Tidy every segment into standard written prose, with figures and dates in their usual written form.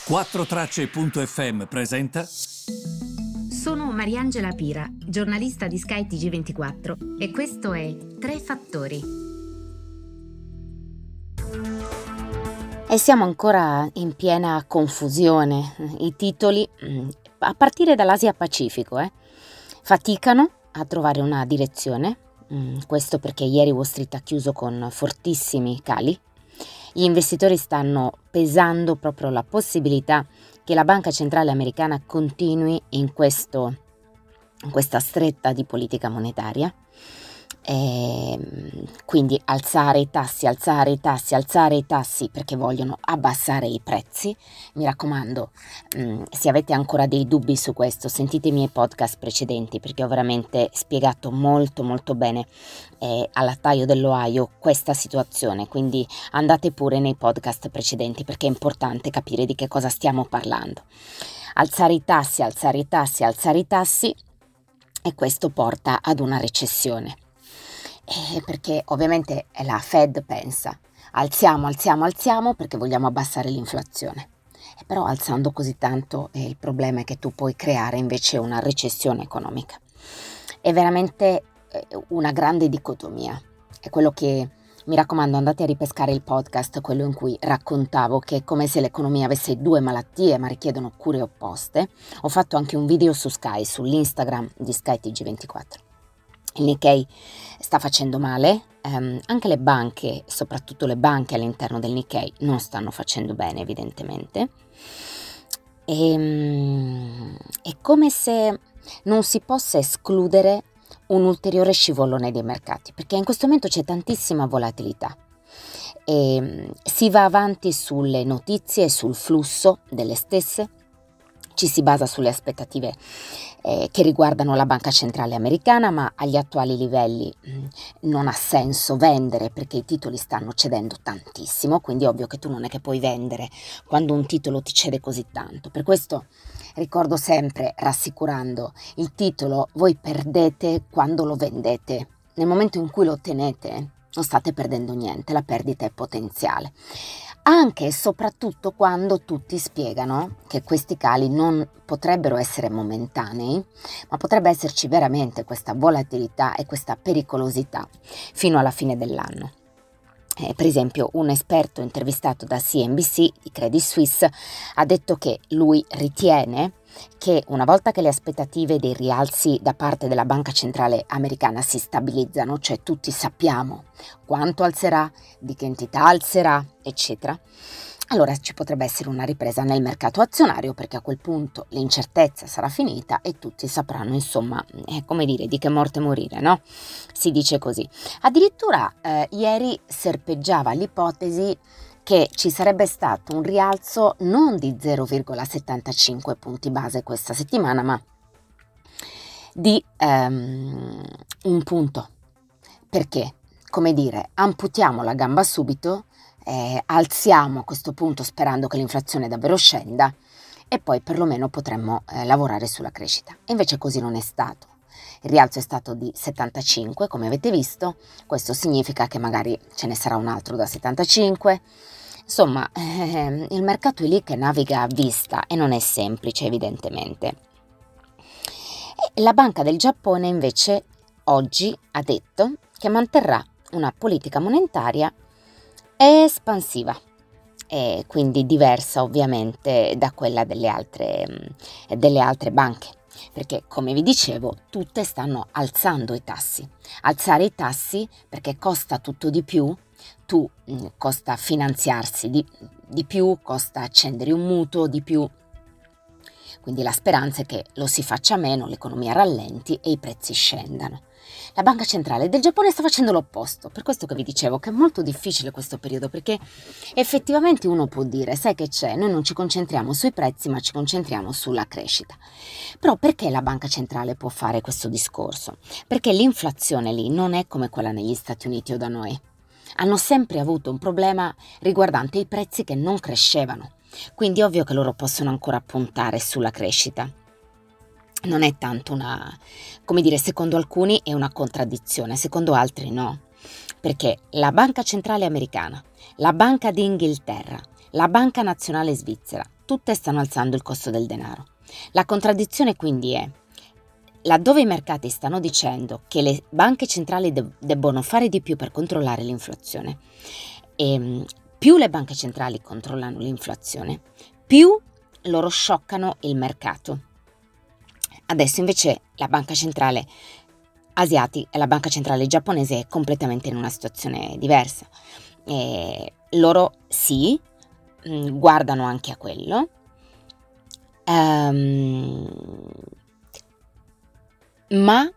4Tracce.fm presenta. Sono Mariangela Pira, giornalista di Sky TG24 e questo è Tre Fattori. E siamo ancora in piena confusione. I titoli, a partire dall'Asia Pacifico, faticano a trovare una direzione. Questo perché ieri Wall Street ha chiuso con fortissimi cali. Gli investitori stanno pesando proprio la possibilità che la Banca Centrale Americana continui in questa stretta di politica monetaria. Quindi alzare i tassi perché vogliono abbassare i prezzi. Mi raccomando, se avete ancora dei dubbi su questo, sentite i miei podcast precedenti perché ho veramente spiegato molto bene al taglio dell'Ohio questa situazione, quindi andate pure nei podcast precedenti perché è importante capire di che cosa stiamo parlando. Alzare i tassi e questo porta ad una recessione. Perché ovviamente la Fed pensa alziamo perché vogliamo abbassare l'inflazione, però alzando così tanto il problema è che tu puoi creare invece una recessione economica. È veramente una grande dicotomia, è quello che mi raccomando, andate a ripescare il podcast, quello in cui raccontavo che è come se l'economia avesse due malattie ma richiedono cure opposte. Ho fatto anche un video su Sky, sull'Instagram di Sky TG24. Il Nikkei sta facendo male, anche le banche, soprattutto le banche all'interno del Nikkei, non stanno facendo bene evidentemente. È come se non si possa escludere un ulteriore scivolone dei mercati, perché in questo momento c'è tantissima volatilità. Si va avanti sulle notizie e sul flusso delle stesse. Ci si basa sulle aspettative che riguardano la Banca Centrale Americana, ma agli attuali livelli non ha senso vendere perché i titoli stanno cedendo tantissimo, quindi è ovvio che tu non è che puoi vendere quando un titolo ti cede così tanto. Per questo ricordo sempre, rassicurando, il titolo voi perdete quando lo vendete. Nel momento in cui lo tenete non state perdendo niente, la perdita è potenziale. Anche e soprattutto quando tutti spiegano che questi cali non potrebbero essere momentanei, ma potrebbe esserci veramente questa volatilità e questa pericolosità fino alla fine dell'anno. Per esempio, un esperto intervistato da CNBC di Credit Suisse ha detto che lui ritiene che una volta che le aspettative dei rialzi da parte della Banca Centrale Americana si stabilizzano, cioè tutti sappiamo quanto alzerà, di che entità alzerà, eccetera, allora ci potrebbe essere una ripresa nel mercato azionario perché a quel punto l'incertezza sarà finita e tutti sapranno, insomma, come dire, di che morte morire, no? Si dice così. Addirittura ieri serpeggiava l'ipotesi che ci sarebbe stato un rialzo non di 0,75 punti base questa settimana, ma di un punto. Perché, come dire, amputiamo la gamba subito, alziamo a questo punto sperando che l'inflazione davvero scenda e poi perlomeno potremmo lavorare sulla crescita. E invece così non è stato. Il rialzo è stato di 75, come avete visto, questo significa che magari ce ne sarà un altro da 75. Insomma, il mercato è lì che naviga a vista e non è semplice evidentemente. E la Banca del Giappone invece oggi ha detto che manterrà una politica monetaria espansiva e quindi diversa ovviamente da quella delle altre banche, perché come vi dicevo tutte stanno alzando i tassi. Alzare i tassi perché costa tutto di più, costa finanziarsi di più, costa accendere un mutuo di più. Quindi la speranza è che lo si faccia meno, l'economia rallenti e i prezzi scendano. La Banca Centrale del Giappone sta facendo l'opposto, per questo che vi dicevo che è molto difficile questo periodo, perché effettivamente uno può dire, sai che c'è, noi non ci concentriamo sui prezzi ma ci concentriamo sulla crescita. Però perché la Banca Centrale può fare questo discorso? Perché l'inflazione lì non è come quella negli Stati Uniti o da noi. Hanno sempre avuto un problema riguardante i prezzi che non crescevano, quindi è ovvio che loro possono ancora puntare sulla crescita. Non è tanto secondo alcuni è una contraddizione, secondo altri no, perché la Banca Centrale Americana, la Banca d'Inghilterra, la Banca Nazionale Svizzera, tutte stanno alzando il costo del denaro. La contraddizione quindi è, laddove i mercati stanno dicendo che le banche centrali debbono fare di più per controllare l'inflazione, e più le banche centrali controllano l'inflazione, più loro scioccano il mercato. Adesso invece la banca centrale asiatica e la banca centrale giapponese è completamente in una situazione diversa. Loro sì, guardano anche a quello, ma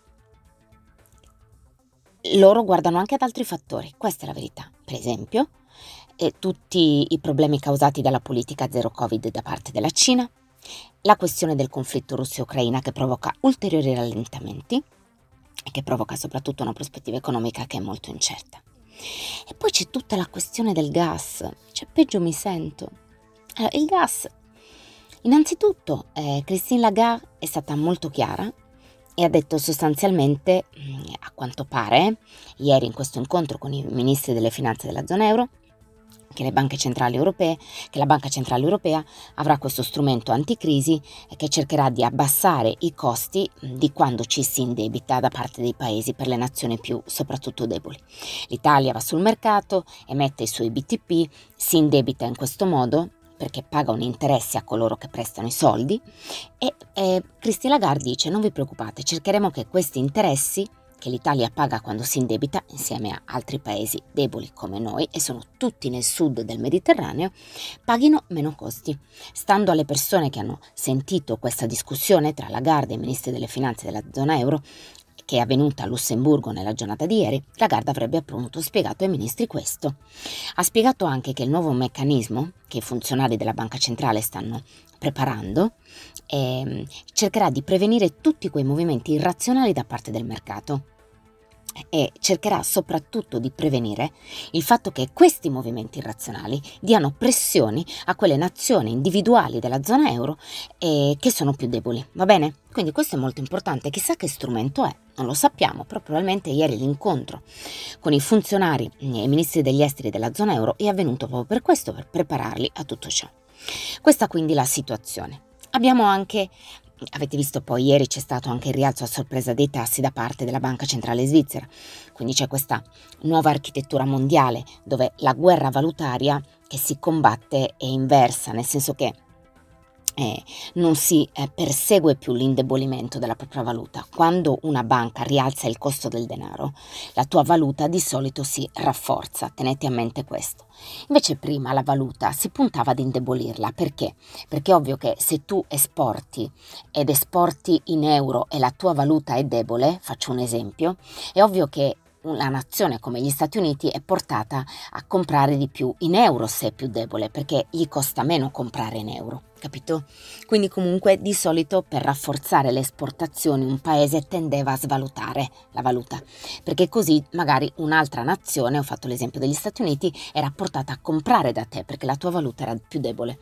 loro guardano anche ad altri fattori, questa è la verità. Per esempio, tutti i problemi causati dalla politica zero Covid da parte della Cina, la questione del conflitto Russia-Ucraina che provoca ulteriori rallentamenti e che provoca soprattutto una prospettiva economica che è molto incerta. E poi c'è tutta la questione del gas, cioè peggio mi sento. Allora, il gas, innanzitutto Christine Lagarde è stata molto chiara e ha detto sostanzialmente, a quanto pare, ieri in questo incontro con i ministri delle finanze della zona euro, che la Banca Centrale Europea avrà questo strumento anticrisi che cercherà di abbassare i costi di quando ci si indebita da parte dei paesi per le nazioni più soprattutto deboli. L'Italia va sul mercato, emette i suoi BTP, si indebita in questo modo perché paga un interesse a coloro che prestano i soldi e Christine Lagarde dice: non vi preoccupate, cercheremo che questi interessi che l'Italia paga quando si indebita insieme a altri paesi deboli come noi, e sono tutti nel sud del Mediterraneo, paghino meno costi. Stando alle persone che hanno sentito questa discussione tra Lagarde e i ministri delle finanze della zona euro, che è avvenuta a Lussemburgo nella giornata di ieri, Lagarde avrebbe appunto spiegato ai ministri questo. Ha spiegato anche che il nuovo meccanismo che i funzionari della Banca Centrale stanno preparando cercherà di prevenire tutti quei movimenti irrazionali da parte del mercato e cercherà soprattutto di prevenire il fatto che questi movimenti irrazionali diano pressioni a quelle nazioni individuali della zona euro che sono più deboli, va bene? Quindi questo è molto importante, chissà che strumento è, non lo sappiamo, però probabilmente ieri l'incontro con i funzionari e i ministri degli esteri della zona euro è avvenuto proprio per questo, per prepararli a tutto ciò. Questa quindi la situazione. Abbiamo anche, avete visto poi ieri c'è stato anche il rialzo a sorpresa dei tassi da parte della Banca Centrale Svizzera, quindi c'è questa nuova architettura mondiale dove la guerra valutaria che si combatte è inversa, nel senso che non si persegue più l'indebolimento della propria valuta. Quando una banca rialza il costo del denaro, la tua valuta di solito si rafforza, tenete a mente questo. Invece prima la valuta si puntava ad indebolirla, perché? Perché è ovvio che se tu esporti ed esporti in euro e la tua valuta è debole, faccio un esempio, è ovvio che una nazione come gli Stati Uniti è portata a comprare di più in euro se è più debole, perché gli costa meno comprare in euro, capito? Quindi comunque di solito per rafforzare le esportazioni un paese tendeva a svalutare la valuta, perché così magari un'altra nazione, ho fatto l'esempio degli Stati Uniti, era portata a comprare da te perché la tua valuta era più debole.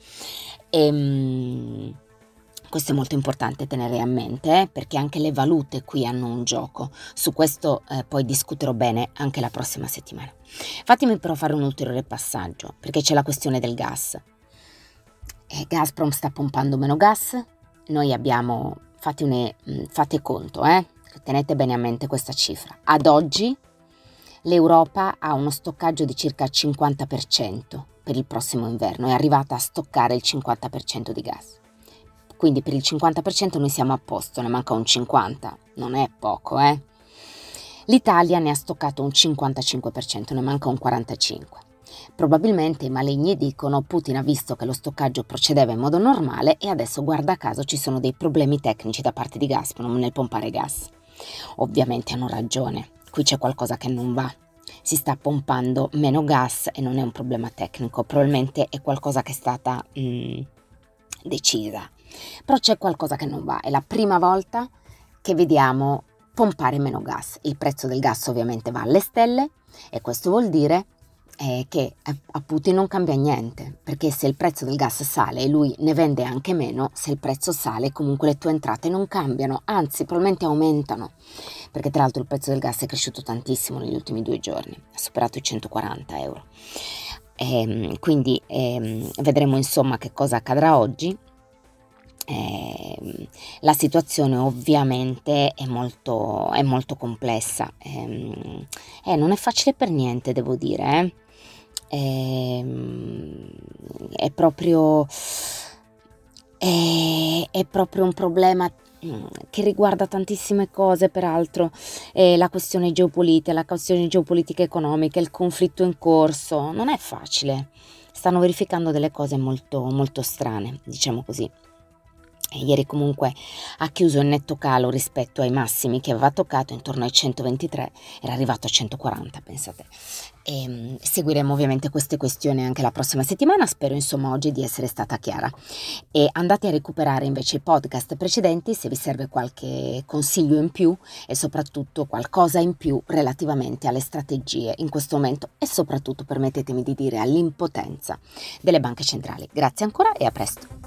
Questo è molto importante tenere a mente, perché anche le valute qui hanno un gioco. Su questo poi discuterò bene anche la prossima settimana. Fatemi però fare un ulteriore passaggio, perché c'è la questione del gas. Gazprom sta pompando meno gas, noi abbiamo, fate conto, tenete bene a mente questa cifra. Ad oggi l'Europa ha uno stoccaggio di circa il 50% per il prossimo inverno, è arrivata a stoccare il 50% di gas. Quindi per il 50% noi siamo a posto, ne manca un 50%, non è poco, L'Italia ne ha stoccato un 55%, ne manca un 45%. Probabilmente i maligni dicono: Putin ha visto che lo stoccaggio procedeva in modo normale e adesso guarda caso ci sono dei problemi tecnici da parte di Gazprom nel pompare gas. Ovviamente hanno ragione, qui c'è qualcosa che non va. Si sta pompando meno gas e non è un problema tecnico, probabilmente è qualcosa che è stata decisa. Però c'è qualcosa che non va, è la prima volta che vediamo pompare meno gas. Il prezzo del gas ovviamente va alle stelle e questo vuol dire che a Putin non cambia niente, perché se il prezzo del gas sale e lui ne vende anche meno, se il prezzo sale comunque le tue entrate non cambiano, anzi probabilmente aumentano, perché tra l'altro il prezzo del gas è cresciuto tantissimo negli ultimi 2 giorni, ha superato i 140 euro. Quindi vedremo insomma che cosa accadrà oggi. La situazione ovviamente è molto complessa, non è facile per niente, devo dire, è proprio un problema, che riguarda tantissime cose peraltro, la questione geopolitica economica, il conflitto in corso, non è facile. Stanno verificando delle cose molto strane, diciamo così. Ieri comunque ha chiuso in netto calo rispetto ai massimi che aveva toccato intorno ai 123, era arrivato a 140, pensate. Seguiremo ovviamente queste questioni anche la prossima settimana, spero insomma oggi di essere stata chiara. E andate a recuperare invece i podcast precedenti se vi serve qualche consiglio in più e soprattutto qualcosa in più relativamente alle strategie in questo momento e soprattutto, permettetemi di dire, all'impotenza delle banche centrali. Grazie ancora e a presto.